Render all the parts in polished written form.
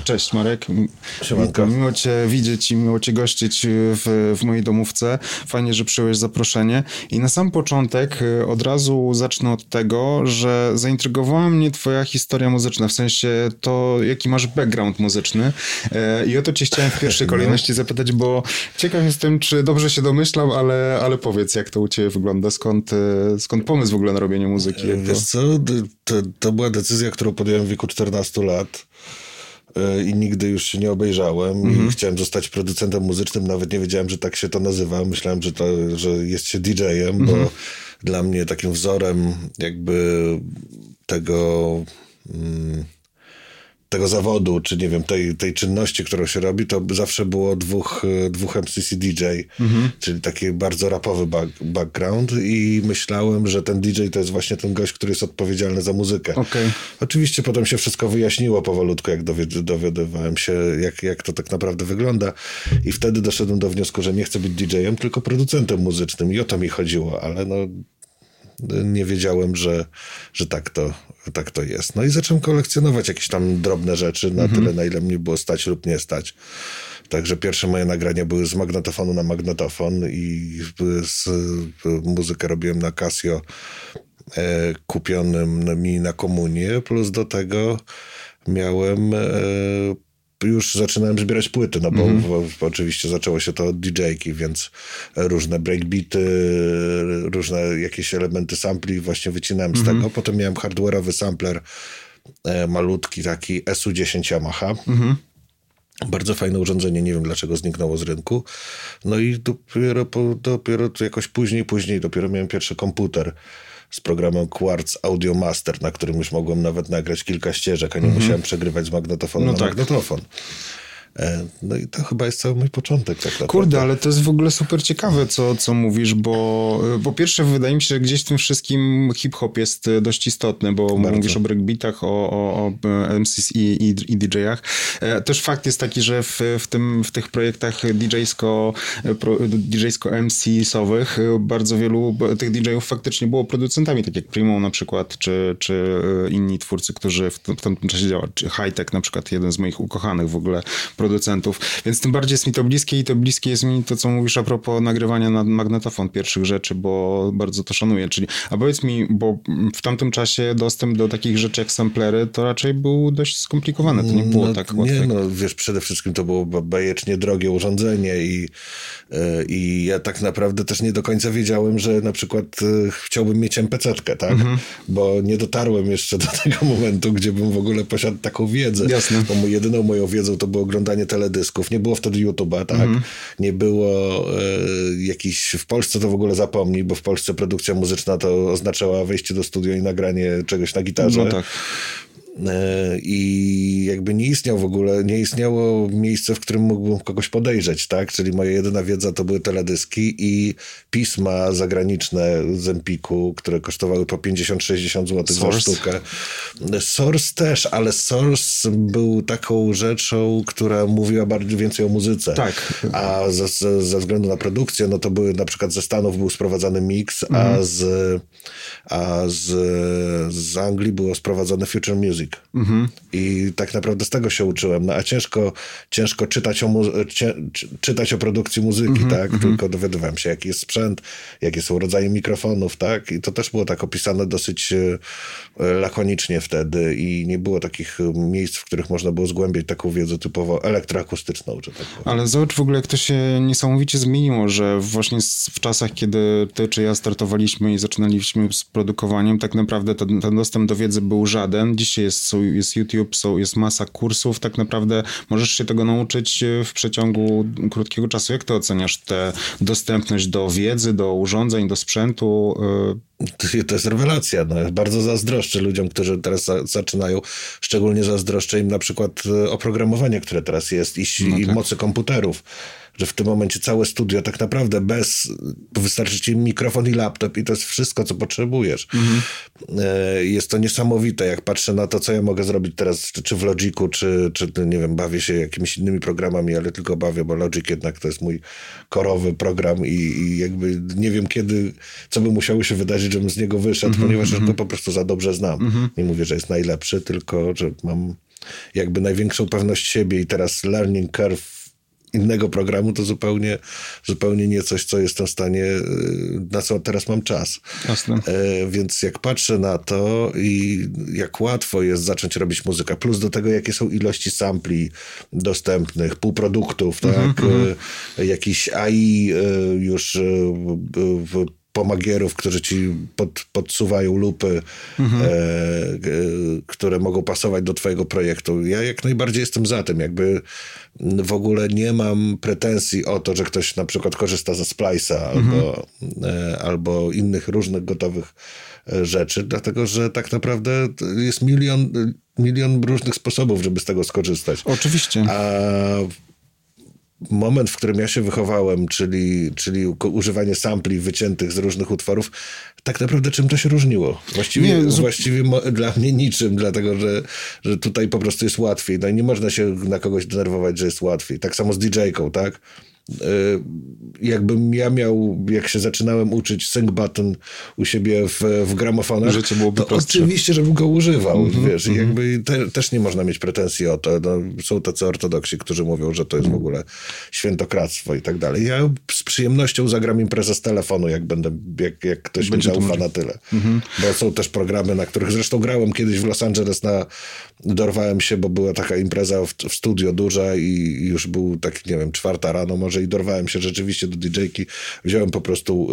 Cześć Marek. Siemanko. Miło Cię widzieć i miło Cię gościć w mojej domówce. Fajnie, że przyjąłeś zaproszenie. I na sam początek od razu zacznę od tego, że zaintrygowała mnie Twoja historia muzyczna, w sensie to, jaki masz background muzyczny. I o to Cię chciałem w pierwszej kolejności zapytać, bo ciekaw jestem, czy dobrze się domyślam, ale powiedz, jak to u Ciebie wygląda, skąd pomysł w ogóle na robienie muzyki? Wiesz co, to była decyzja, którą podjąłem w wieku 14 lat. I nigdy już się nie obejrzałem i chciałem zostać producentem muzycznym, nawet nie wiedziałem, że tak się to nazywa. Myślałem, że jest się DJ-em, bo dla mnie takim wzorem jakby tego zawodu, czy nie wiem, tej czynności, którą się robi, to zawsze było dwóch MCC DJ, czyli taki bardzo rapowy background i myślałem, że ten DJ to jest właśnie ten gość, który jest odpowiedzialny za muzykę. Okay. Oczywiście potem się wszystko wyjaśniło powolutku, jak dowiadywałem się, jak to tak naprawdę wygląda i wtedy doszedłem do wniosku, że nie chcę być DJ-em, tylko producentem muzycznym i o to mi chodziło, ale no nie wiedziałem, że tak to jest. No i zacząłem kolekcjonować jakieś tam drobne rzeczy na tyle, na ile mnie było stać lub nie stać. Także pierwsze moje nagrania były z magnetofonu na magnetofon i muzykę robiłem na Casio kupionym mi na komunię, plus do tego miałem... już zaczynałem zbierać płyty, no bo oczywiście zaczęło się to od DJ-ki, więc różne breakbeaty, różne jakieś elementy sampli właśnie wycinałem z tego. Potem miałem hardware'owy sampler malutki, taki SU-10 Yamaha. Bardzo fajne urządzenie, nie wiem dlaczego zniknęło z rynku. No i dopiero jakoś później dopiero miałem pierwszy komputer z programem Quartz Audio Master, na którym już mogłem nawet nagrać kilka ścieżek, a nie musiałem przegrywać z magnetofonu na magnetofon. No i to chyba jest cały mój początek. Tak naprawdę. Kurde, ale to jest w ogóle super ciekawe, co mówisz, bo po pierwsze wydaje mi się, że gdzieś w tym wszystkim hip-hop jest dość istotny, bo mówisz o breakbeatach, o MCs i DJ-ach. Też fakt jest taki, że w tych projektach DJ-sko-MC-sowych bardzo wielu tych DJ-ów faktycznie było producentami, tak jak Primo na przykład, czy inni twórcy, którzy w tamtym czasie działali, czy Hi-Tech na przykład, jeden z moich ukochanych w ogóle producentów, więc tym bardziej jest mi to bliskie i to bliskie jest mi to, co mówisz a propos nagrywania na magnetofon pierwszych rzeczy, bo bardzo to szanuję. A powiedz mi, bo w tamtym czasie dostęp do takich rzeczy jak samplery to raczej był dość skomplikowane, to nie było tak łatwe. Nie, wiesz, przede wszystkim to było bajecznie drogie urządzenie i ja tak naprawdę też nie do końca wiedziałem, że na przykład chciałbym mieć MPC-tkę, tak? Bo nie dotarłem jeszcze do tego momentu, gdzie bym w ogóle posiadł taką wiedzę. Jasne. Bo jedyną moją wiedzą to było oglądanie teledysków. Nie było wtedy YouTube'a, tak? Nie było w Polsce to w ogóle zapomnij, bo w Polsce produkcja muzyczna to oznaczała wejście do studia i nagranie czegoś na gitarze. No tak. I jakby nie istniało miejsce, w którym mógłbym kogoś podejrzeć, tak? Czyli moja jedyna wiedza to były teledyski i pisma zagraniczne z Empiku, które kosztowały po 50-60 zł za sztukę. Source też, ale Source był taką rzeczą, która mówiła więcej o muzyce. Tak. A ze względu na produkcję, no to były na przykład ze Stanów był sprowadzany mix, a z Anglii było sprowadzone Future Music. I tak naprawdę z tego się uczyłem. No a ciężko czytać o produkcji muzyki, tak? Tylko dowiadywałem się, jaki jest sprzęt, jakie są rodzaje mikrofonów, tak? I to też było tak opisane dosyć lakonicznie wtedy i nie było takich miejsc, w których można było zgłębiać taką wiedzę typowo elektroakustyczną, czy tak powiem. Ale zobacz w ogóle, jak to się niesamowicie zmieniło, że właśnie w czasach, kiedy ty czy ja startowaliśmy i zaczynaliśmy z produkowaniem, tak naprawdę ten dostęp do wiedzy był żaden. Dzisiaj jest YouTube, jest masa kursów, tak naprawdę możesz się tego nauczyć w przeciągu krótkiego czasu. Jak ty oceniasz tę dostępność do wiedzy, do urządzeń, do sprzętu? To jest rewelacja. No, bardzo zazdroszczę ludziom, którzy teraz zaczynają. Szczególnie zazdroszczę im na przykład oprogramowanie, które teraz jest i mocy komputerów. Że w tym momencie całe studio tak naprawdę wystarczy ci mikrofon i laptop i to jest wszystko, co potrzebujesz. Jest to niesamowite, jak patrzę na to, co ja mogę zrobić teraz, czy w Logicu, czy nie wiem, bawię się jakimiś innymi programami, ale tylko bawię, bo Logic jednak to jest mój korowy program i jakby nie wiem co by musiało się wydarzyć, żebym z niego wyszedł, ponieważ go po prostu za dobrze znam. Nie mówię, że jest najlepszy, tylko że mam jakby największą pewność siebie i teraz learning curve innego programu, to zupełnie nie coś, co jestem w stanie, na co teraz mam czas. Jasne. Więc jak patrzę na to i jak łatwo jest zacząć robić muzykę, plus do tego, jakie są ilości sampli dostępnych, półproduktów, tak? Jakiś AI już pomagierów, którzy ci podsuwają lupy, które mogą pasować do twojego projektu. Ja jak najbardziej jestem za tym, jakby w ogóle nie mam pretensji o to, że ktoś na przykład korzysta ze Splice'a albo innych różnych gotowych rzeczy, dlatego że tak naprawdę jest milion różnych sposobów, żeby z tego skorzystać. Oczywiście. A moment, w którym ja się wychowałem, czyli używanie sampli wyciętych z różnych utworów, tak naprawdę czym to się różniło? Właściwie dla mnie niczym, dlatego że tutaj po prostu jest łatwiej. No i nie można się na kogoś denerwować, że jest łatwiej. Tak samo z DJ-ką, tak? Jakbym ja miał, jak się zaczynałem uczyć sync button u siebie w gramofonach, życie byłoby to prostsze. oczywiście, żebym go używał, wiesz, jakby też nie można mieć pretensji o to. No, są tacy ortodoksi, którzy mówią, że to jest w ogóle świętokradztwo i tak dalej. Ja z przyjemnością zagram imprezę z telefonu, jak ktoś mi zaufa na tyle. Bo są też programy, na których zresztą grałem kiedyś w Los Angeles, dorwałem się, bo była taka impreza w studio duża i już był taki, nie wiem, 4 rano może i dorwałem się rzeczywiście do DJ-ki. Wziąłem po prostu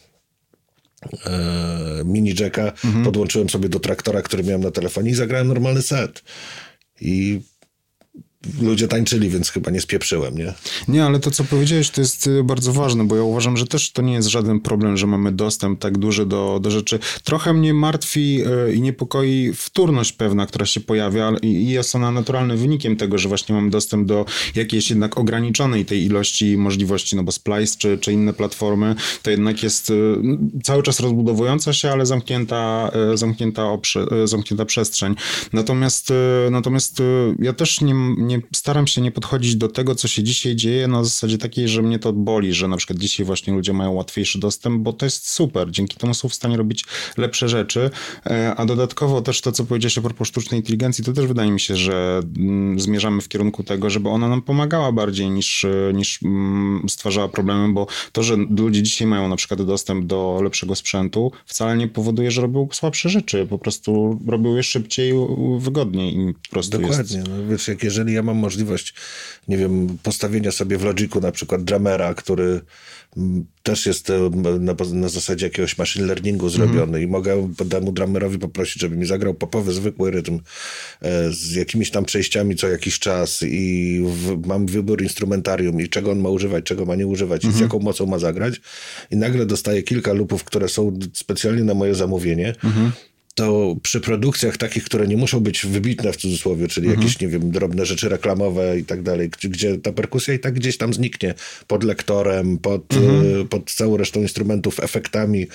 mini jacka, podłączyłem sobie do traktora, który miałem na telefonie i zagrałem normalny set. I ludzie tańczyli, więc chyba nie spieprzyłem, nie? Nie, ale to, co powiedziałeś, to jest bardzo ważne, bo ja uważam, że też to nie jest żaden problem, że mamy dostęp tak duży do rzeczy. Trochę mnie martwi i niepokoi wtórność pewna, która się pojawia i jest ona naturalnym wynikiem tego, że właśnie mamy dostęp do jakiejś jednak ograniczonej tej ilości możliwości, no bo Splice czy inne platformy, to jednak jest cały czas rozbudowująca się, ale zamknięta przestrzeń. Natomiast ja też nie staram się nie podchodzić do tego, co się dzisiaj dzieje na zasadzie takiej, że mnie to boli, że na przykład dzisiaj właśnie ludzie mają łatwiejszy dostęp, bo to jest super. Dzięki temu są w stanie robić lepsze rzeczy, a dodatkowo też to, co powiedziałeś a propos sztucznej inteligencji, to też wydaje mi się, że zmierzamy w kierunku tego, żeby ona nam pomagała bardziej niż stwarzała problemy, bo to, że ludzie dzisiaj mają na przykład dostęp do lepszego sprzętu, wcale nie powoduje, że robią słabsze rzeczy, po prostu robią je szybciej, wygodniej i po prostu dokładnie. jest... No wiesz, jeżeli ja mam możliwość, nie wiem, postawienia sobie w Logicu na przykład drummera, który też jest na zasadzie jakiegoś machine learningu zrobiony i mogę temu drummerowi poprosić, żeby mi zagrał popowy, zwykły rytm z jakimiś tam przejściami co jakiś czas i mam wybór instrumentarium i czego on ma używać, czego ma nie używać i z jaką mocą ma zagrać i nagle dostaję kilka loopów, które są specjalnie na moje zamówienie, to przy produkcjach takich, które nie muszą być wybitne w cudzysłowie, czyli jakieś, nie wiem, drobne rzeczy reklamowe i tak dalej, gdzie ta perkusja i tak gdzieś tam zniknie pod lektorem, pod całą resztą instrumentów, efektami.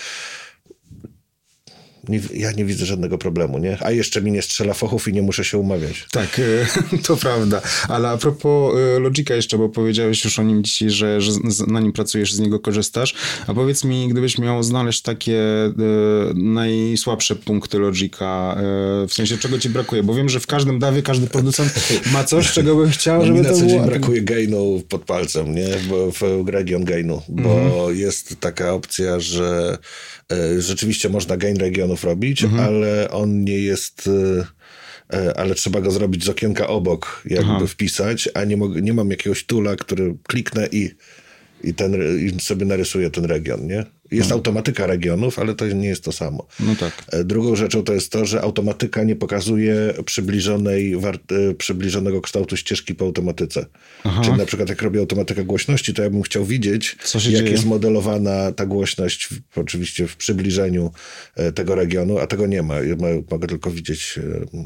Ja nie widzę żadnego problemu, nie? A jeszcze mi nie strzela fochów i nie muszę się umawiać. Tak, to prawda. Ale a propos Logica jeszcze, bo powiedziałeś już o nim dzisiaj, że na nim pracujesz, z niego korzystasz. A powiedz mi, gdybyś miał znaleźć takie najsłabsze punkty Logica, w sensie czego ci brakuje? Bo wiem, że w każdym dawie każdy producent ma coś, czego by chciał, żeby to było. Mi na co dzień brakuje gainu pod palcem, nie? W region gainu, bo jest taka opcja, że rzeczywiście można gain regionów robić, ale on nie jest... ale trzeba go zrobić z okienka obok, jakby wpisać, a nie mam jakiegoś toola, który kliknę i sobie narysuję ten region, nie? Jest automatyka regionów, ale to nie jest to samo. No tak. Drugą rzeczą to jest to, że automatyka nie pokazuje przybliżonego kształtu ścieżki po automatyce. Czyli na przykład jak robię automatykę głośności, to ja bym chciał widzieć, jak jest modelowana ta głośność, oczywiście w przybliżeniu tego regionu, a tego nie ma. Ja mogę tylko widzieć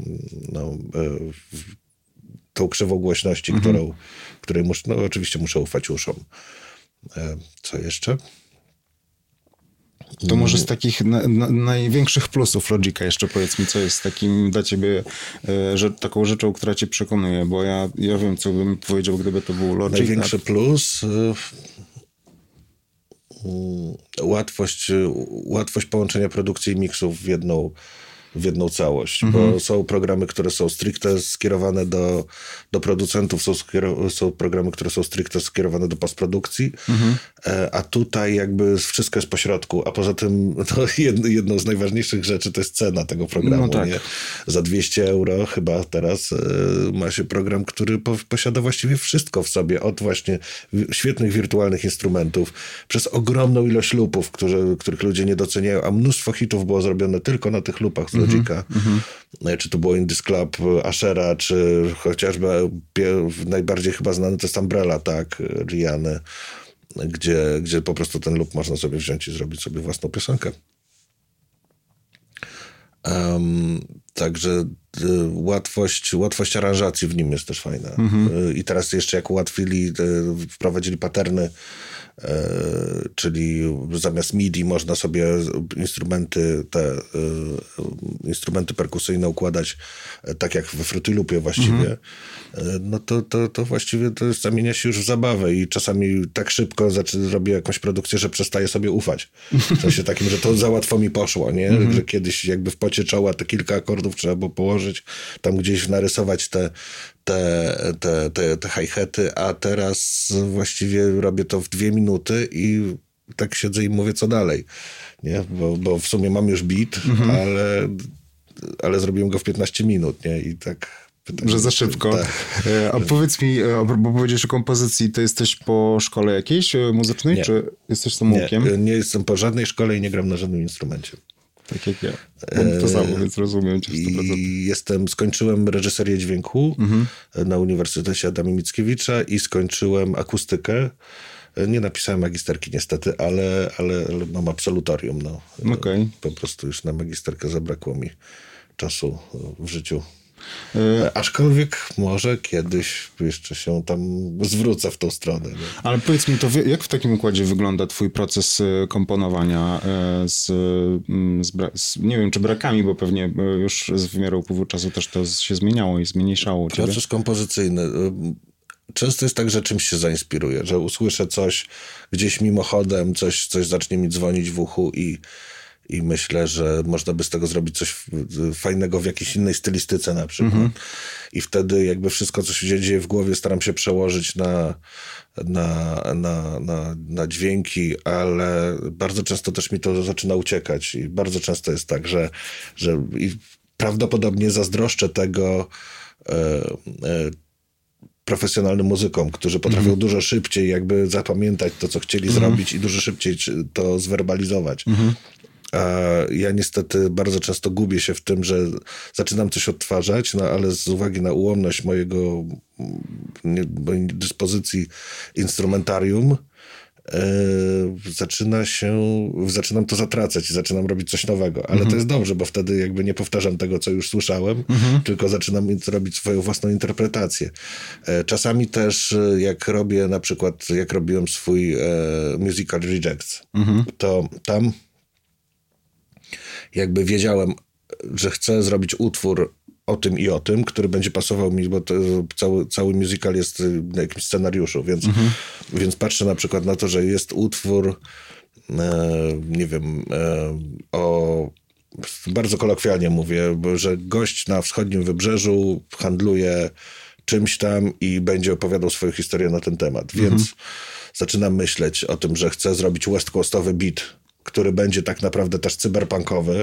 tą krzywą głośności, której oczywiście muszę ufać uszom. Co jeszcze? To może z takich największych plusów Logica jeszcze powiedz mi, co jest takim dla ciebie taką rzeczą, która cię przekonuje, bo ja wiem, co bym powiedział, gdyby to był Logic. Największy plus... łatwość połączenia produkcji i miksów w jedną w jedną całość, bo są programy, które są stricte skierowane do producentów, są programy, które są stricte skierowane do postprodukcji, a tutaj jakby wszystko jest pośrodku, a poza tym jedną z najważniejszych rzeczy to jest cena tego programu. No tak. Nie? Za 200 euro chyba teraz ma się program, który posiada właściwie wszystko w sobie, od właśnie świetnych wirtualnych instrumentów, przez ogromną ilość loopów, których ludzie nie doceniają, a mnóstwo hitów było zrobione tylko na tych loopach z Logica. Czy to było In This Club Ashera, czy chociażby najbardziej chyba znany to jest Umbrella, tak, Rihanny, gdzie po prostu ten loop można sobie wziąć i zrobić sobie własną piosenkę. Także łatwość aranżacji w nim jest też fajna. I teraz jeszcze jak ułatwili, wprowadzili patterny, czyli zamiast MIDI można sobie instrumenty perkusyjne układać tak jak we Fruity Loopie właściwie, no to właściwie to zamienia się już w zabawę i czasami tak szybko robię jakąś produkcję, że przestaję sobie ufać. W sensie takim, że to za łatwo mi poszło, nie? Że kiedyś jakby w pocie czoła te kilka akordów trzeba było położyć, tam gdzieś narysować te hi-haty, a teraz właściwie robię to w 2 minuty i tak siedzę i mówię, co dalej, nie? Bo w sumie mam już beat, ale zrobiłem go w 15 minut, nie? I tak... Że za szybko. Tak. A powiedz mi, bo powiedziałeś o kompozycji, to jesteś po szkole jakiejś muzycznej, nie. Czy jesteś samoukiem? Nie jestem po żadnej szkole i nie gram na żadnym instrumencie. Tak jak ja. Mam to samo, więc rozumiem cię 100%. I skończyłem reżyserię dźwięku na Uniwersytecie Adama Mickiewicza i skończyłem akustykę. Nie napisałem magisterki niestety, ale mam absolutorium. No. Okay. Po prostu już na magisterkę zabrakło mi czasu w życiu. Aczkolwiek może kiedyś jeszcze się tam zwrócę w tą stronę. Nie? Ale powiedz mi, to jak w takim układzie wygląda twój proces komponowania nie wiem, czy brakami, bo pewnie już z wymiarem upływu czasu też to się zmieniało i zmniejszało u ciebie. Proces kompozycyjny. Często jest tak, że czymś się zainspiruję, że usłyszę coś gdzieś mimochodem, coś zacznie mi dzwonić w uchu i myślę, że można by z tego zrobić coś fajnego w jakiejś innej stylistyce na przykład. I wtedy jakby wszystko, co się dzieje w głowie, staram się przełożyć na dźwięki, ale bardzo często też mi to zaczyna uciekać i bardzo często jest tak, że i prawdopodobnie zazdroszczę tego profesjonalnym muzykom, którzy potrafią dużo szybciej jakby zapamiętać to, co chcieli zrobić i dużo szybciej to zwerbalizować. A ja niestety bardzo często gubię się w tym, że zaczynam coś odtwarzać, no ale z uwagi na ułomność mojej dyspozycji instrumentarium zaczynam to zatracać i zaczynam robić coś nowego. Ale to jest dobrze, bo wtedy jakby nie powtarzam tego, co już słyszałem, tylko zaczynam robić swoją własną interpretację. Czasami też jak robię na przykład, jak robiłem swój Musical Rejects, to tam jakby wiedziałem, że chcę zrobić utwór o tym i o tym, który będzie pasował mi, bo cały musical jest na jakimś scenariuszu, więc patrzę na przykład na to, że jest utwór nie wiem, bardzo kolokwialnie mówię, że gość na wschodnim wybrzeżu handluje czymś tam i będzie opowiadał swoją historię na ten temat, więc zaczynam myśleć o tym, że chcę zrobić west coastowy beat, który będzie tak naprawdę też cyberpunkowy.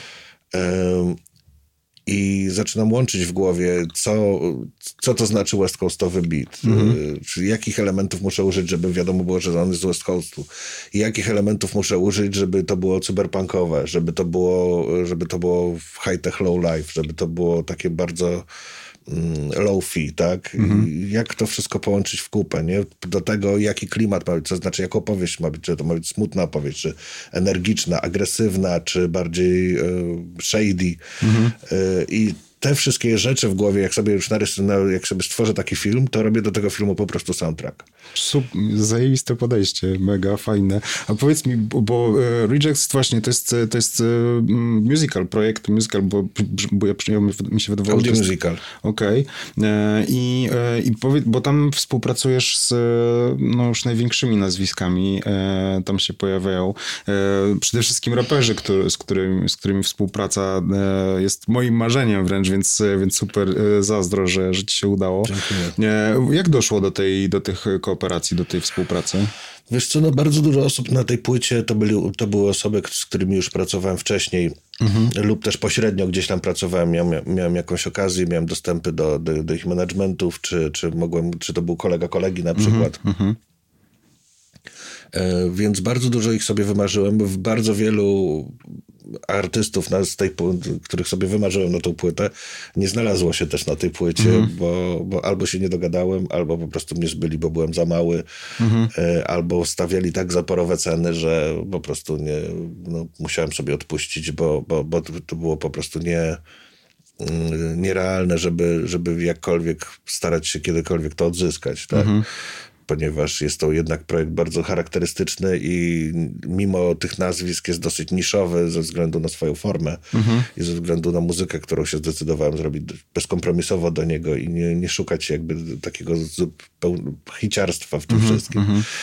I zaczynam łączyć w głowie, co to znaczy west coastowy beat. Czyli jakich elementów muszę użyć, żeby wiadomo było, że on jest z west coastu. I jakich elementów muszę użyć, żeby to było cyberpunkowe, żeby to było high-tech, low-life, żeby to było takie bardzo low-fi, tak? I jak to wszystko połączyć w kupę, nie? Do tego, jaki klimat ma być, to znaczy, jaką opowieść ma być, czy to ma być smutna opowieść, czy energiczna, agresywna, czy bardziej shady. I te wszystkie rzeczy w głowie, jak sobie już jak sobie stworzę taki film, to robię do tego filmu po prostu soundtrack. Zajebiste podejście, mega fajne. A powiedz mi, bo Rejects właśnie to jest musical, projekt musical, bo mi się wydawało, Audio że musical. Okej. I powiedz, bo tam współpracujesz z już największymi nazwiskami, tam się pojawiają przede wszystkim raperzy, z którymi współpraca jest moim marzeniem wręcz, więc super zazdro, że ci się udało. Dziękuję. Jak doszło do tych kooperacji, do tej współpracy? Wiesz co, bardzo dużo osób na tej płycie to były osoby, z którymi już pracowałem wcześniej lub też pośrednio gdzieś tam pracowałem, miałem jakąś okazję, miałem dostępy do ich managementów, czy to był kolega kolegi na przykład. Więc bardzo dużo ich sobie wymarzyłem. Bardzo wielu artystów, których sobie wymarzyłem na tą płytę, nie znalazło się też na tej płycie, bo albo się nie dogadałem, albo po prostu mnie zbyli, bo byłem za mały, albo stawiali tak zaporowe ceny, że po prostu musiałem sobie odpuścić, bo to było po prostu nierealne, żeby jakkolwiek starać się kiedykolwiek to odzyskać, tak? Ponieważ jest to jednak projekt bardzo charakterystyczny i mimo tych nazwisk jest dosyć niszowy ze względu na swoją formę i ze względu na muzykę, którą się zdecydowałem zrobić bezkompromisowo do niego i nie szukać jakby takiego hiciarstwa w tym wszystkim.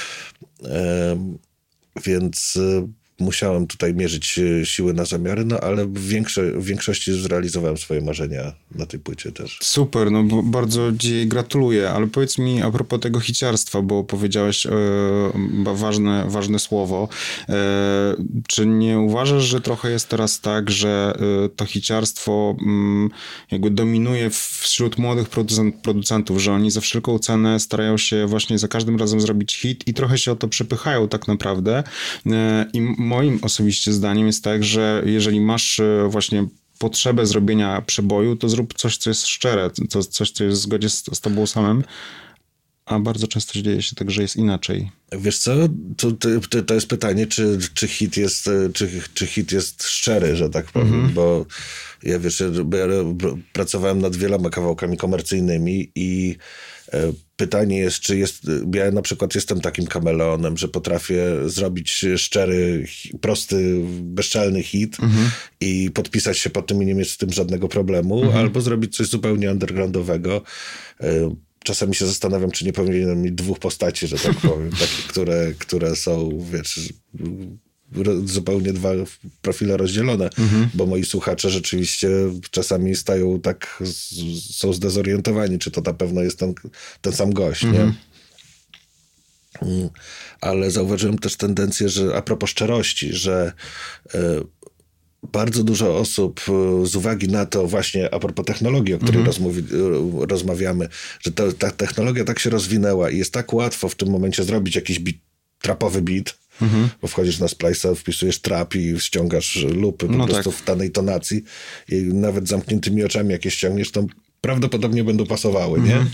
Więc musiałem tutaj mierzyć siły na zamiary, ale w większości zrealizowałem swoje marzenia na tej płycie też. Super, bardzo ci gratuluję, ale powiedz mi a propos tego hiciarstwa, bo powiedziałeś ważne słowo. Czy nie uważasz, że trochę jest teraz tak, że to hiciarstwo jakby dominuje wśród młodych producentów, że oni za wszelką cenę starają się właśnie za każdym razem zrobić hit i trochę się o to przepychają tak naprawdę i moim osobiście zdaniem jest tak, że jeżeli masz właśnie potrzebę zrobienia przeboju, to zrób coś, co jest szczere, coś, co jest w zgodzie z tobą samym, a bardzo często dzieje się tak, że jest inaczej. Wiesz co, to jest pytanie, czy hit jest szczery, że tak powiem, bo ja pracowałem nad wieloma kawałkami komercyjnymi i pytanie jest, ja na przykład jestem takim kameleonem, że potrafię zrobić szczery, prosty, bezczelny hit i podpisać się pod tym i nie mieć z tym żadnego problemu, albo zrobić coś zupełnie undergroundowego. Czasami się zastanawiam, czy nie powinienem mieć dwóch postaci, że tak powiem, takie, które są, wiesz, zupełnie dwa profile rozdzielone, bo moi słuchacze rzeczywiście czasami są zdezorientowani, czy to na pewno jest ten sam gość, nie? Ale zauważyłem też tendencję, że a propos szczerości, że bardzo dużo osób z uwagi na to właśnie a propos technologii, o której rozmawiamy, że ta technologia tak się rozwinęła i jest tak łatwo w tym momencie zrobić jakiś trapowy beat, bo wchodzisz na Splice'a, wpisujesz trap i ściągasz loopy po prostu w danej tonacji i nawet zamkniętymi oczami jak je ściągniesz, to prawdopodobnie będą pasowały, nie?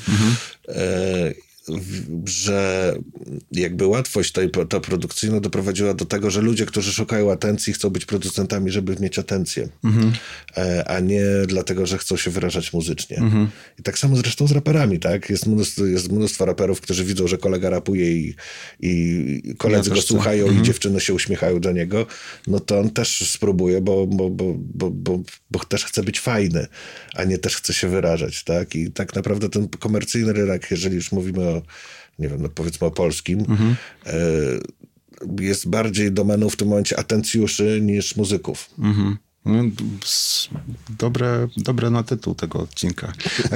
Że jakby łatwość ta produkcyjna doprowadziła do tego, że ludzie, którzy szukają atencji, chcą być producentami, żeby mieć atencję, a nie dlatego, że chcą się wyrażać muzycznie. I tak samo zresztą z raperami, tak? Jest mnóstwo raperów, którzy widzą, że kolega rapuje i koledzy go słuchają i dziewczyny się uśmiechają do niego, no to on też spróbuje, bo też chce być fajny, a nie też chce się wyrażać, tak? I tak naprawdę ten komercyjny rynek, jeżeli już mówimy nie wiem, powiedzmy o polskim, jest bardziej domeną w tym momencie atencjuszy niż muzyków. Dobre na tytuł tego odcinka.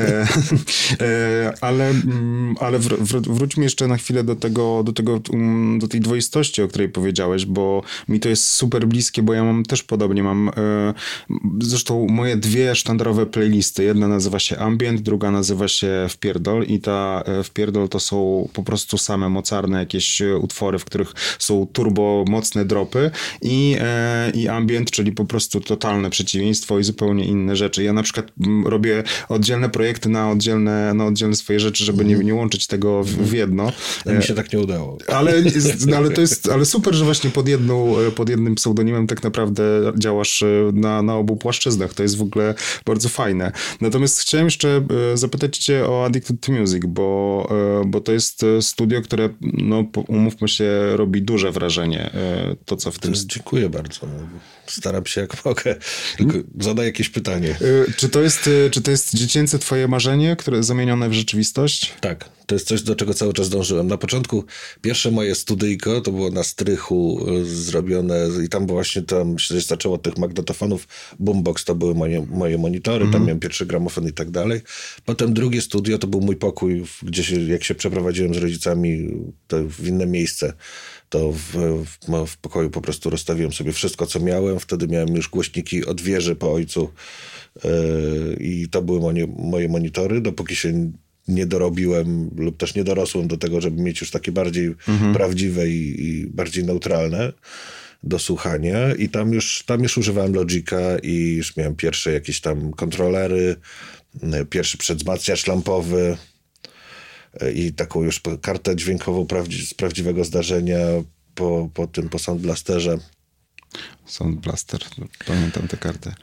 Ale wróćmy jeszcze na chwilę do tej dwoistości, o której powiedziałeś, bo mi to jest super bliskie, bo ja mam też podobnie. Mam zresztą moje dwie sztandarowe playlisty. Jedna nazywa się Ambient, druga nazywa się Wpierdol i ta Wpierdol to są po prostu same mocarne jakieś utwory, w których są turbo mocne dropy i Ambient, czyli po prostu to totalne przeciwieństwo i zupełnie inne rzeczy. Ja na przykład robię oddzielne projekty na oddzielne swoje rzeczy, żeby nie łączyć tego w jedno. Mi się tak nie udało. Ale super, że właśnie pod jednym pseudonimem tak naprawdę działasz na obu płaszczyznach. To jest w ogóle bardzo fajne. Natomiast chciałem jeszcze zapytać cię o Addicted to Music, bo to jest studio, które, no umówmy się, robi duże wrażenie. To, co w tym... Dziękuję bardzo. Staram się jak mogę. Tylko zadaj jakieś pytanie. Czy to jest dziecięce twoje marzenie, które zamienione w rzeczywistość? Tak. To jest coś, do czego cały czas dążyłem. Na początku pierwsze moje studyjko to było na strychu zrobione i tam właśnie się zaczęło od tych magnetofonów. Boombox to były moje monitory, tam miałem pierwszy gramofon i tak dalej. Potem drugie studio to był mój pokój, gdzie jak się przeprowadziłem z rodzicami w inne miejsce, to w pokoju po prostu rozstawiłem sobie wszystko, co miałem. Wtedy miałem już głośniki od wieży po ojcu i to były moje monitory, dopóki się nie dorobiłem lub też nie dorosłem do tego, żeby mieć już takie bardziej prawdziwe i bardziej neutralne do słuchania. I tam już używałem Logica i już miałem pierwsze jakieś tam kontrolery, pierwszy przedwzmacniacz lampowy i taką już kartę dźwiękową z prawdziwego zdarzenia po Sound Blasterze. Sound Blaster, pamiętam tę kartę.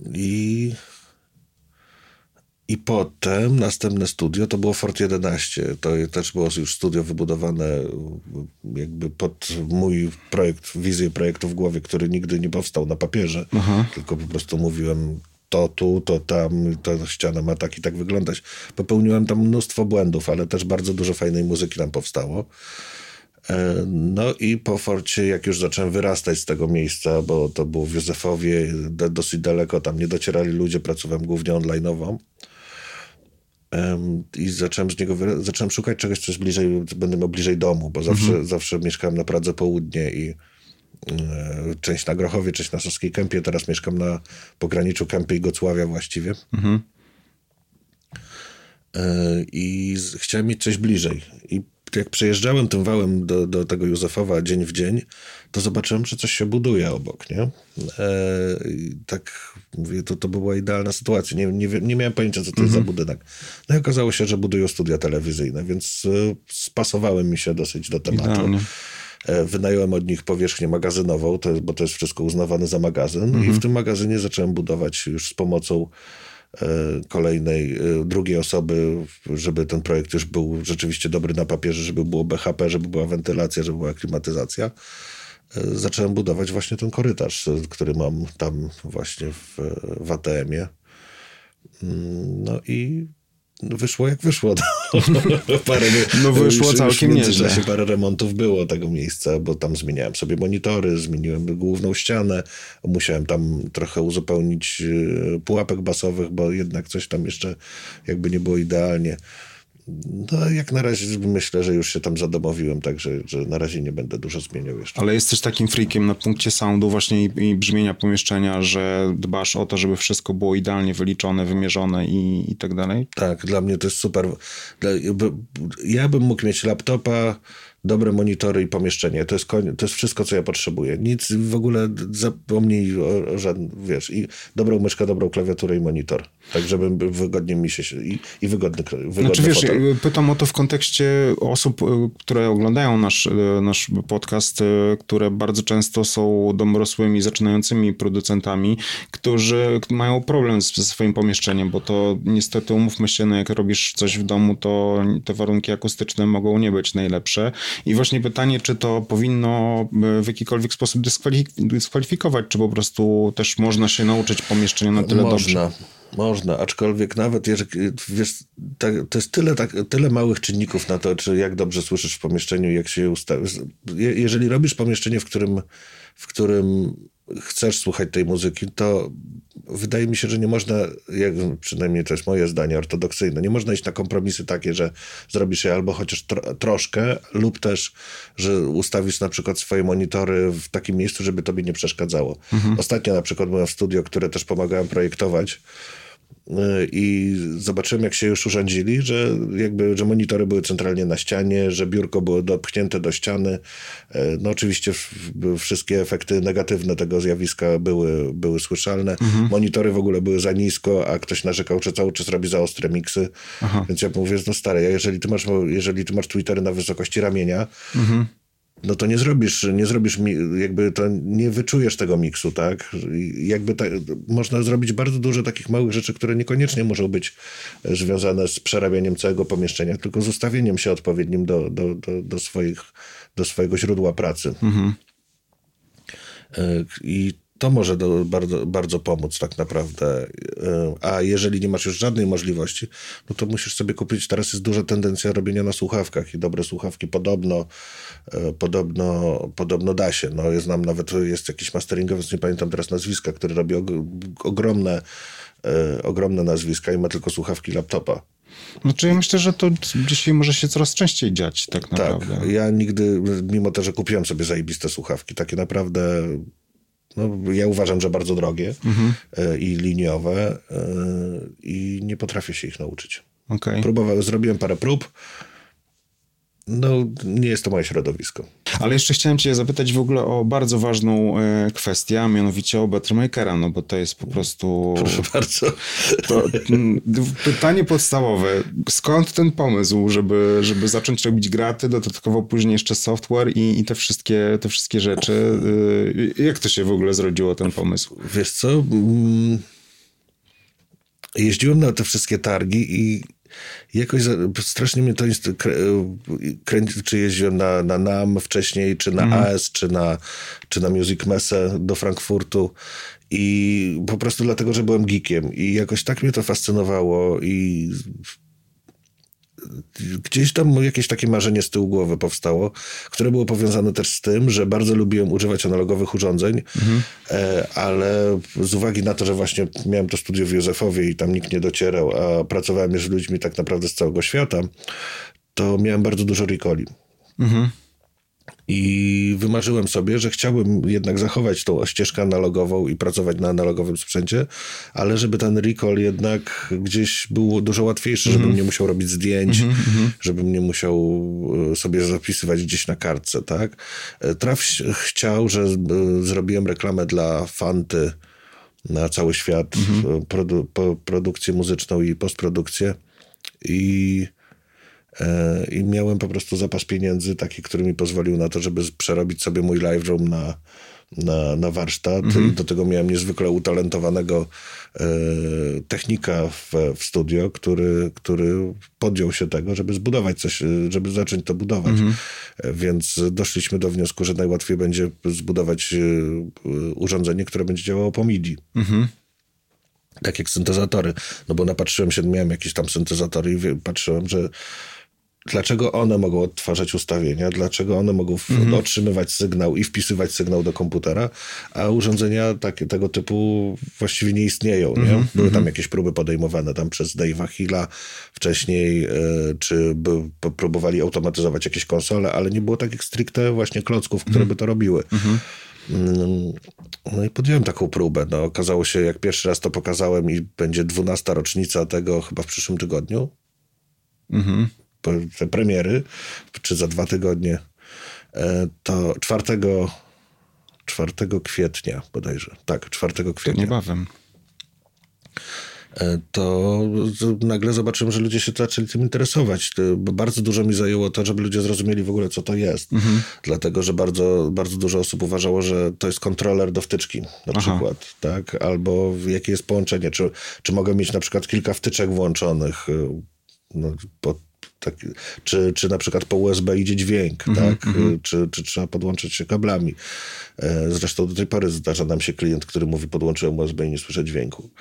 I potem następne studio to było Fort 11. To też było już studio wybudowane jakby pod mój projekt, wizję projektu w głowie, który nigdy nie powstał na papierze. Tylko po prostu mówiłem to tu, to tam, ta ściana ma tak i tak wyglądać. Popełniłem tam mnóstwo błędów, ale też bardzo dużo fajnej muzyki tam powstało. No i po Forcie, jak już zacząłem wyrastać z tego miejsca, bo to było w Józefowie, dosyć daleko, tam nie docierali ludzie, pracowałem głównie online'owo. I zacząłem szukać czegoś, co jest będę miał bliżej domu, bo zawsze mieszkałem na Pradze Południe i część na Grochowie, część na Saskiej Kępie, teraz mieszkam na pograniczu Kępy i Gocławia właściwie. I chciałem mieć coś bliżej. I jak przejeżdżałem tym wałem do tego Józefowa dzień w dzień, to zobaczyłem, że coś się buduje obok, nie? Tak mówię, to była idealna sytuacja. Nie miałem pojęcia, co to jest za budynek. No i okazało się, że budują studia telewizyjne, więc spasowałem mi się dosyć do tematu. Idealnie. Wynająłem od nich powierzchnię magazynową, bo to jest wszystko uznawane za magazyn i w tym magazynie zacząłem budować już z pomocą drugiej osoby, żeby ten projekt już był rzeczywiście dobry na papierze, żeby było BHP, żeby była wentylacja, żeby była klimatyzacja. Zacząłem budować właśnie ten korytarz, który mam tam właśnie w ATM-ie. No i wyszło jak wyszło. Wyszło całkiem nieźle. W międzyczasie parę remontów było tego miejsca, bo tam zmieniałem sobie monitory, zmieniłem główną ścianę, musiałem tam trochę uzupełnić pułapek basowych, bo jednak coś tam jeszcze jakby nie było idealnie. No jak na razie myślę, że już się tam zadomowiłem, także że na razie nie będę dużo zmieniał jeszcze. Ale jesteś takim freakiem na punkcie soundu właśnie i brzmienia pomieszczenia, że dbasz o to, żeby wszystko było idealnie wyliczone, wymierzone i tak dalej? Tak, dla mnie to jest super. Ja bym mógł mieć laptopa, dobre monitory i pomieszczenie. To jest wszystko, co ja potrzebuję. Nic w ogóle zapomnij o żadnym, wiesz, i dobrą myszkę, dobrą klawiaturę i monitor. Tak, żeby wygodnie mi się i wygodny znaczy, wiesz, fotel. pytam o to w kontekście osób, które oglądają nasz podcast, które bardzo często są dorosłymi, zaczynającymi producentami, którzy mają problem ze swoim pomieszczeniem, bo to niestety, umówmy się, no jak robisz coś w domu, to te warunki akustyczne mogą nie być najlepsze. I właśnie pytanie, czy to powinno w jakikolwiek sposób dyskwalifikować, czy po prostu też można się nauczyć pomieszczenia na tyle dobrze? Można, aczkolwiek nawet jeżeli, wiesz, to jest tyle małych czynników na to, czy jak dobrze słyszysz w pomieszczeniu, jak się ustawisz. Jeżeli robisz pomieszczenie, w którym chcesz słuchać tej muzyki, to wydaje mi się, że nie można, przynajmniej to jest moje zdanie ortodoksyjne, nie można iść na kompromisy takie, że zrobisz je albo chociaż troszkę, lub też, że ustawisz na przykład swoje monitory w takim miejscu, żeby tobie nie przeszkadzało. Ostatnio na przykład byłem w studio, które też pomagałem projektować i zobaczyłem, jak się już urządzili, że że monitory były centralnie na ścianie, że biurko było dopchnięte do ściany. No oczywiście wszystkie efekty negatywne tego zjawiska były słyszalne. Monitory w ogóle były za nisko, a ktoś narzekał, że cały czas robi za ostre miksy. Więc ja mówię, no stary, jeżeli ty masz tweetery na wysokości ramienia, no to nie zrobisz jakby to nie wyczujesz tego miksu, tak? Można zrobić bardzo dużo takich małych rzeczy, które niekoniecznie muszą być związane z przerabianiem całego pomieszczenia, tylko z ustawieniem się odpowiednim do swojego źródła pracy. I to może bardzo, bardzo pomóc tak naprawdę. A jeżeli nie masz już żadnej możliwości, no to musisz sobie kupić, teraz jest duża tendencja robienia na słuchawkach i dobre słuchawki podobno da się. No, ja znam nawet, jest jakiś masteringowiec, nie pamiętam teraz nazwiska, który robi ogromne nazwiska i ma tylko słuchawki laptopa. Znaczy ja myślę, że to dzisiaj może się coraz częściej dziać tak naprawdę. Tak, ja nigdy, mimo to, że kupiłem sobie zajebiste słuchawki, takie naprawdę... No, ja uważam, że bardzo drogie i liniowe i nie potrafię się ich nauczyć. Okay. Zrobiłem parę prób. No, nie jest to moje środowisko. Ale jeszcze chciałem cię zapytać w ogóle o bardzo ważną kwestię, a mianowicie o Bettermakera, no bo to jest po prostu... Proszę bardzo. Pytanie podstawowe. Skąd ten pomysł, żeby zacząć robić graty, dodatkowo później jeszcze software i te wszystkie rzeczy? Jak to się w ogóle zrodziło, ten pomysł? Wiesz co? Jeździłem na te wszystkie targi i jakoś strasznie mnie to kręci, czy jeździłem na NAMM wcześniej, czy na AS, czy na Music Messe do Frankfurtu i po prostu dlatego, że byłem geekiem i jakoś tak mnie to fascynowało i gdzieś tam jakieś takie marzenie z tyłu głowy powstało, które było powiązane też z tym, że bardzo lubiłem używać analogowych urządzeń, ale z uwagi na to, że właśnie miałem to studio w Józefowie i tam nikt nie docierał, a pracowałem już z ludźmi tak naprawdę z całego świata, to miałem bardzo dużo recalli. I wymarzyłem sobie, że chciałbym jednak zachować tą ścieżkę analogową i pracować na analogowym sprzęcie, ale żeby ten recall jednak gdzieś był dużo łatwiejszy, żebym nie musiał robić zdjęć, żebym nie musiał sobie zapisywać gdzieś na kartce, tak? Traf chciał, że zrobiłem reklamę dla Fanty na cały świat, produkcję muzyczną i postprodukcję i miałem po prostu zapas pieniędzy taki, który mi pozwolił na to, żeby przerobić sobie mój live room na warsztat i do tego miałem niezwykle utalentowanego technika w studio, który podjął się tego, żeby zbudować coś, żeby zacząć to budować. Więc doszliśmy do wniosku, że najłatwiej będzie zbudować urządzenie, które będzie działało po MIDI. Tak jak syntezatory. No bo napatrzyłem się, miałem jakieś tam syntezatory i patrzyłem, że dlaczego one mogą odtwarzać ustawienia, dlaczego one mogą otrzymywać sygnał i wpisywać sygnał do komputera, a urządzenia tego typu właściwie nie istnieją. Nie? Były tam jakieś próby podejmowane tam przez Dave'a Hilla wcześniej, czy próbowali automatyzować jakieś konsole, ale nie było takich stricte właśnie klocków, które by to robiły. No i podjąłem taką próbę. No, okazało się, jak pierwszy raz to pokazałem i będzie 12. rocznica tego chyba w przyszłym tygodniu. Te premiery, czy za 2 tygodnie, to 4 kwietnia bodajże. Tak, 4 kwietnia. To niebawem. To nagle zobaczyłem, że ludzie się zaczęli tym interesować. Bardzo dużo mi zajęło to, żeby ludzie zrozumieli w ogóle, co to jest. Dlatego, że bardzo, bardzo dużo osób uważało, że to jest kontroler do wtyczki na przykład. Tak? Albo jakie jest połączenie. Czy mogę mieć na przykład kilka wtyczek włączonych, no, czy na przykład po USB idzie dźwięk, tak? Czy trzeba podłączyć się kablami. Zresztą do tej pory zdarza nam się klient, który mówi, podłączyłem USB i nie słyszę dźwięku.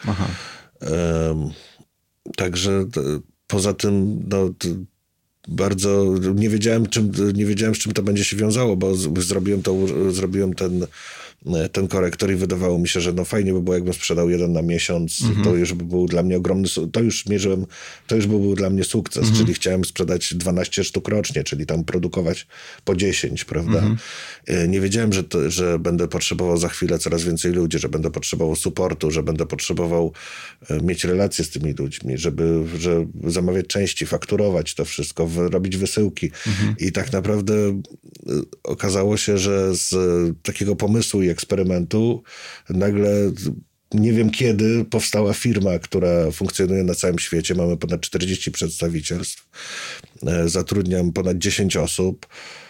Także poza tym no, bardzo nie wiedziałem, z czym to będzie się wiązało, bo zrobiłem ten korektor i wydawało mi się, że no fajnie by było, jakbym sprzedał jeden na miesiąc, to już by był dla mnie ogromny, to już by był dla mnie sukces, czyli chciałem sprzedać 12 sztuk rocznie, czyli tam produkować po 10, prawda? Nie wiedziałem, że będę potrzebował za chwilę coraz więcej ludzi, że będę potrzebował supportu, że będę potrzebował mieć relacje z tymi ludźmi, żeby zamawiać części, fakturować to wszystko, robić wysyłki. I tak naprawdę okazało się, że z takiego pomysłu i eksperymentu nagle nie wiem kiedy powstała firma, która funkcjonuje na całym świecie. Mamy ponad 40 przedstawicielstw. Zatrudniam ponad 10 osób.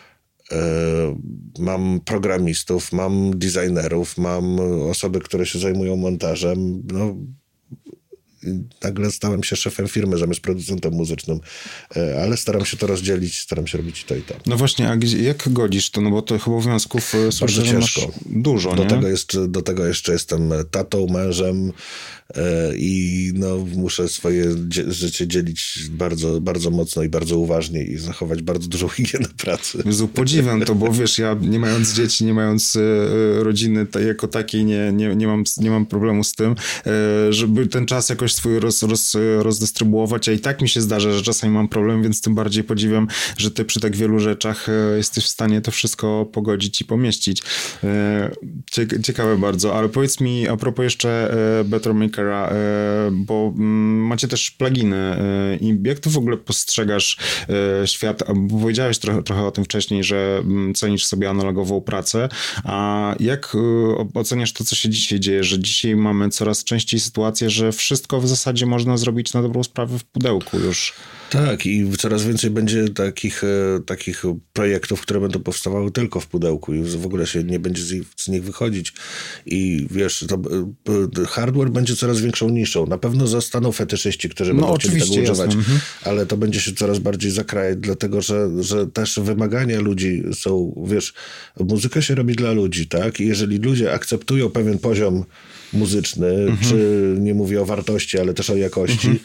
Mam programistów, mam designerów, mam osoby, które się zajmują montażem. No, nagle stałem się szefem firmy zamiast producentem muzycznym, ale staram się to rozdzielić, staram się robić to i to. No właśnie, a jak godzisz to? No bo to chyba obowiązków bardzo ciężko. Dużo, nie? Do tego jeszcze jestem tatą, mężem i no, muszę swoje życie dzielić bardzo, bardzo mocno i bardzo uważnie i zachować bardzo dużą higienę pracy. Jezu, podziwiam to, bo wiesz, ja nie mając dzieci, nie mając rodziny jako takiej, nie mam problemu z tym, żeby ten czas jakoś swój rozdystrybuować, a i tak mi się zdarza, że czasami mam problem, więc tym bardziej podziwiam, że ty przy tak wielu rzeczach jesteś w stanie to wszystko pogodzić i pomieścić. Ciekawe bardzo, ale powiedz mi a propos jeszcze Better Makera, bo macie też pluginy i jak ty w ogóle postrzegasz świat, bo powiedziałeś trochę o tym wcześniej, że cenisz sobie analogową pracę, a jak oceniasz to, co się dzisiaj dzieje, że dzisiaj mamy coraz częściej sytuację, że wszystko w zasadzie można zrobić na dobrą sprawę w pudełku już. Tak, i coraz więcej będzie takich projektów, które będą powstawały tylko w pudełku i w ogóle się nie będzie z nich wychodzić. I wiesz, hardware będzie coraz większą niszą. Na pewno zostaną fetyszyści, którzy będą chcieli tego używać, ale to będzie się coraz bardziej zakrajać, dlatego że też wymagania ludzi są, wiesz, muzyka się robi dla ludzi, tak? I jeżeli ludzie akceptują pewien poziom muzyczny, czy nie mówię o wartości, ale też o jakości,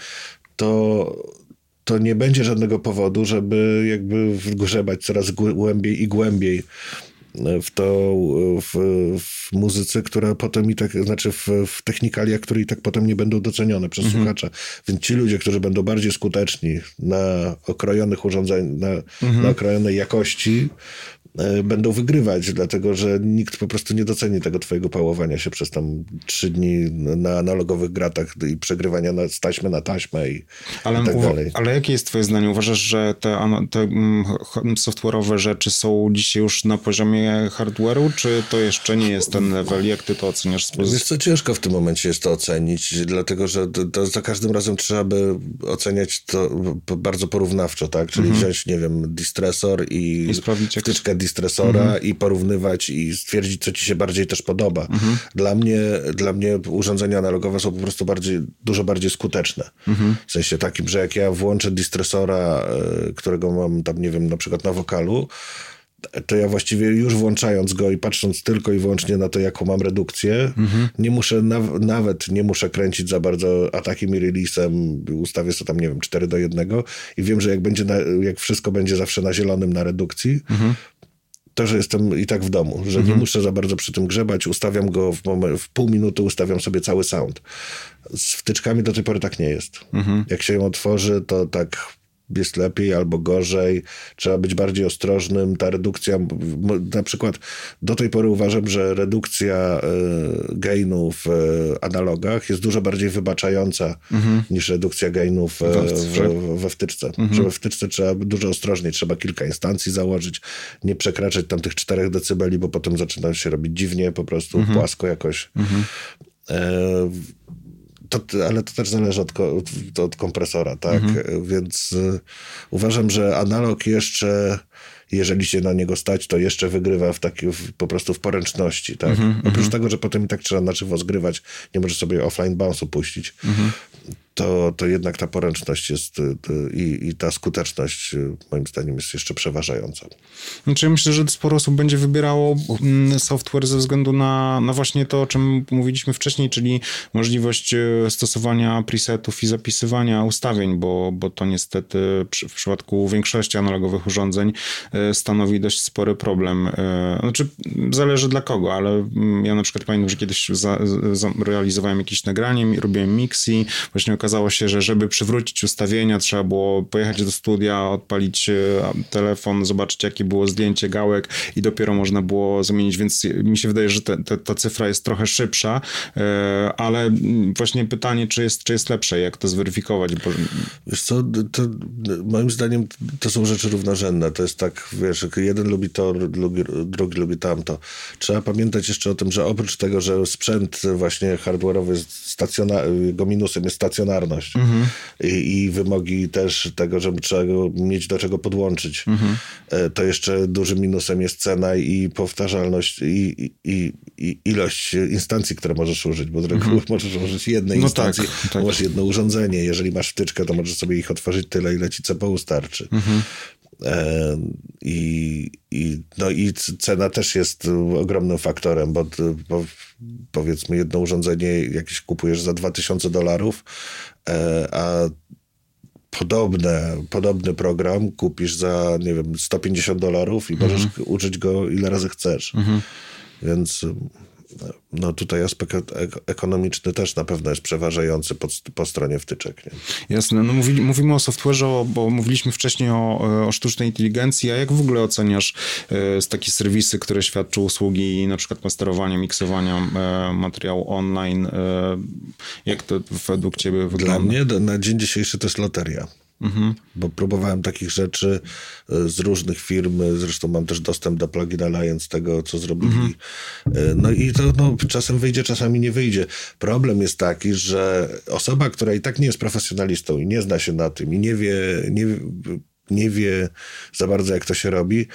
to nie będzie żadnego powodu, żeby jakby wgrzebać coraz głębiej i głębiej w muzyce, która potem i tak, znaczy w technikaliach, które i tak potem nie będą docenione przez słuchacza. Więc ci ludzie, którzy będą bardziej skuteczni na okrojonych urządzeniach, na okrojonej jakości, będą wygrywać, dlatego że nikt po prostu nie doceni tego twojego pałowania się przez tam 3 dni na analogowych gratach i przegrywania z taśmy na taśmę i tak dalej. Ale jakie jest twoje zdanie? Uważasz, że te software'owe rzeczy są dzisiaj już na poziomie hardware'u, czy to jeszcze nie jest ten level? Jak ty to oceniasz? Wiesz co, ciężko w tym momencie jest to ocenić, dlatego że to za każdym razem trzeba by oceniać to bardzo porównawczo, tak? Czyli wziąć, nie wiem, distresor i wtyczkę distresora i porównywać i stwierdzić, co ci się bardziej też podoba. Dla mnie urządzenia analogowe są po prostu dużo bardziej skuteczne. W sensie takim, że jak ja włączę distresora, którego mam tam, nie wiem, na przykład na wokalu, to ja właściwie już włączając go i patrząc tylko i wyłącznie na to, jaką mam redukcję, nie muszę nawet nie muszę kręcić za bardzo atakiem i release'em, ustawię sobie tam, nie wiem, 4:1 i wiem, że jak wszystko będzie zawsze na zielonym na redukcji, to, że jestem i tak w domu, że nie muszę za bardzo przy tym grzebać, ustawiam go w pół minuty, ustawiam sobie cały sound. Z wtyczkami do tej pory tak nie jest. Jak się ją otworzy, to tak jest lepiej albo gorzej. Trzeba być bardziej ostrożnym. Ta redukcja, na przykład do tej pory uważam, że redukcja gainu w analogach jest dużo bardziej wybaczająca niż redukcja gainu we wtyczce. Że we wtyczce trzeba dużo ostrożniej, trzeba kilka instancji założyć, nie przekraczać tam tych 4 decybeli, bo potem zaczyna się robić dziwnie, po prostu płasko jakoś. Ale to też zależy od kompresora, tak? Więc uważam, że analog jeszcze, jeżeli się na niego stać, to jeszcze wygrywa po prostu w poręczności, tak? Oprócz tego, że potem i tak trzeba na żywo zgrywać, nie może sobie offline bounce'u puścić. to jednak ta poręczność jest i ta skuteczność moim zdaniem jest jeszcze przeważająca. Znaczy, ja myślę, że sporo osób będzie wybierało software ze względu na właśnie to, o czym mówiliśmy wcześniej, czyli możliwość stosowania presetów i zapisywania ustawień, bo to niestety w przypadku większości analogowych urządzeń stanowi dość spory problem. Znaczy, zależy dla kogo, ale ja na przykład pamiętam, że kiedyś realizowałem jakieś nagranie, robiłem mixi, właśnie okazało się, że żeby przywrócić ustawienia, trzeba było pojechać do studia, odpalić telefon, zobaczyć, jakie było zdjęcie gałek i dopiero można było zamienić, więc mi się wydaje, że ta cyfra jest trochę szybsza, ale właśnie pytanie, czy jest lepsze, jak to zweryfikować? Bo... Wiesz co, moim zdaniem to są rzeczy równorzędne. To jest tak, wiesz, jeden lubi to, drugi lubi tamto. Trzeba pamiętać jeszcze o tym, że oprócz tego, że sprzęt właśnie hardware'owy jest jego minusem jest stacjonarność i wymogi też tego, żeby trzeba go mieć do czego podłączyć. To jeszcze dużym minusem jest cena i powtarzalność i ilość instancji, które możesz użyć, bo z reguły możesz użyć jednej instancji, tak. masz jedno urządzenie. Jeżeli masz wtyczkę, to możesz sobie ich otworzyć tyle, ile ci CPU starczy. No i cena też jest ogromnym faktorem, bo powiedzmy jedno urządzenie jakieś kupujesz za $2000, a podobny program kupisz za, nie wiem, $150 i możesz użyć go ile razy chcesz. Więc no tutaj aspekt ekonomiczny też na pewno jest przeważający po stronie wtyczek. Nie? Jasne. No mówimy o software'ze, bo mówiliśmy wcześniej o sztucznej inteligencji, a jak w ogóle oceniasz takie serwisy, które świadczą usługi na przykład masterowania, miksowania materiału online? Jak to według ciebie wygląda? Dla mnie na dzień dzisiejszy to jest loteria. Bo próbowałem takich rzeczy z różnych firm, zresztą mam też dostęp do Plugin Alliance, tego co zrobili. No i to czasem wyjdzie, czasami nie wyjdzie. Problem jest taki, że osoba, która i tak nie jest profesjonalistą i nie zna się na tym i nie wie za bardzo jak to się robi,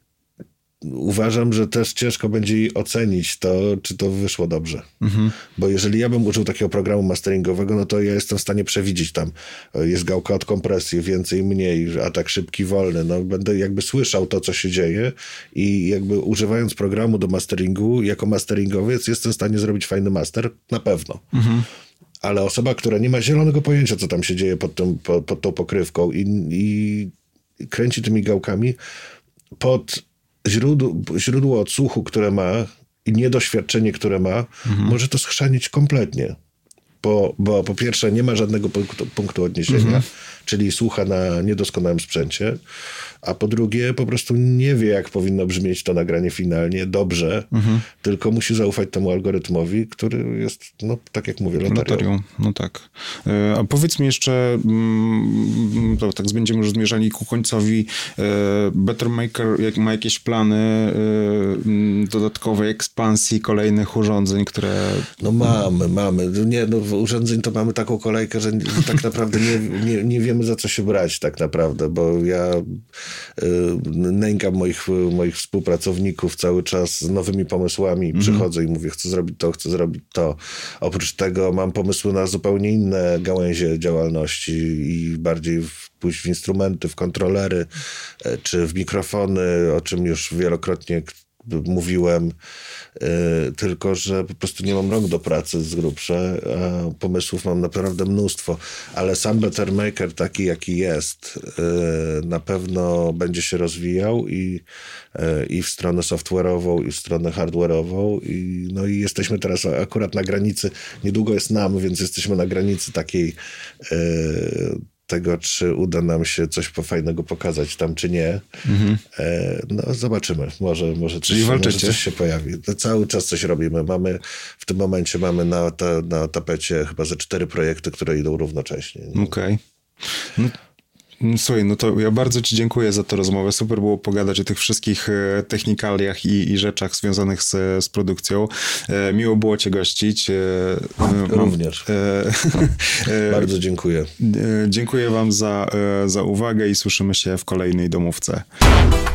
uważam, że też ciężko będzie jej ocenić to, czy to wyszło dobrze. Bo jeżeli ja bym użył takiego programu masteringowego, no to ja jestem w stanie przewidzieć tam. Jest gałka od kompresji, więcej, mniej, atak szybki, wolny. No będę jakby słyszał to, co się dzieje i jakby używając programu do masteringu, jako masteringowiec jestem w stanie zrobić fajny master, na pewno. Ale osoba, która nie ma zielonego pojęcia, co tam się dzieje pod tą pokrywką i kręci tymi gałkami, pod źródło odsłuchu, które ma i niedoświadczenie, które ma, może to schrzanić kompletnie. Bo po pierwsze nie ma żadnego punktu odniesienia, czyli słucha na niedoskonałym sprzęcie, a po drugie po prostu nie wie, jak powinno brzmieć to nagranie finalnie dobrze, tylko musi zaufać temu algorytmowi, który jest, no tak jak mówię, loterią. No tak. A powiedz mi jeszcze, to tak będziemy już zmierzali ku końcowi, Better Maker ma jakieś plany dodatkowej ekspansji kolejnych urządzeń, które... No mamy. Nie, no urządzeń to mamy taką kolejkę, że tak naprawdę nie wiemy, za co się brać tak naprawdę, bo ja nękam moich współpracowników cały czas z nowymi pomysłami. Przychodzę i mówię, chcę zrobić to. Oprócz tego mam pomysły na zupełnie inne gałęzie działalności i bardziej pójść w instrumenty, w kontrolery, czy w mikrofony, o czym już wielokrotnie mówiłem, tylko że po prostu nie mam rąk do pracy z grubsza, a pomysłów mam naprawdę mnóstwo, ale sam Better Maker taki jaki jest na pewno będzie się rozwijał i w stronę software'ową i w stronę hardware'ową i jesteśmy teraz akurat na granicy, niedługo jest NAMM, więc jesteśmy na granicy takiej tego, czy uda nam się coś fajnego pokazać tam, czy nie. No zobaczymy. Może coś się pojawi. To cały czas coś robimy. W tym momencie mamy na tapecie chyba ze 4 projekty, które idą równocześnie. Okej. Słuchaj, no to ja bardzo ci dziękuję za tę rozmowę. Super było pogadać o tych wszystkich technikaliach i rzeczach związanych z produkcją. Miło było cię gościć. Również. Bardzo dziękuję. Dziękuję wam za uwagę i słyszymy się w kolejnej domówce.